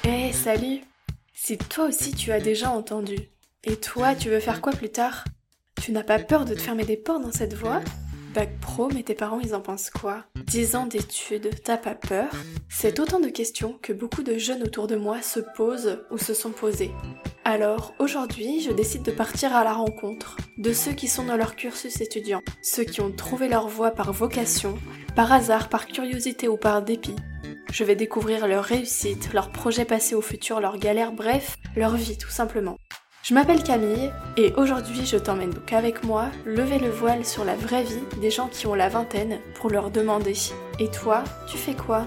Hey, salut! Si toi aussi tu as déjà entendu, et toi tu veux faire quoi plus tard? Tu n'as pas peur de te fermer des portes dans cette voie? Bac pro, mais tes parents ils en pensent quoi? 10 ans d'études, t'as pas peur? C'est autant de questions que beaucoup de jeunes autour de moi se posent ou se sont posées. Alors aujourd'hui, je décide de partir à la rencontre de ceux qui sont dans leur cursus étudiant, ceux qui ont trouvé leur voie par vocation, par hasard, par curiosité ou par dépit. Je vais découvrir leurs réussites, leurs projets passés au futur, leurs galères, bref, leur vie tout simplement. Je m'appelle Camille et aujourd'hui je t'emmène donc avec moi lever le voile sur la vraie vie des gens qui ont la vingtaine pour leur demander « Et toi, tu fais quoi ?»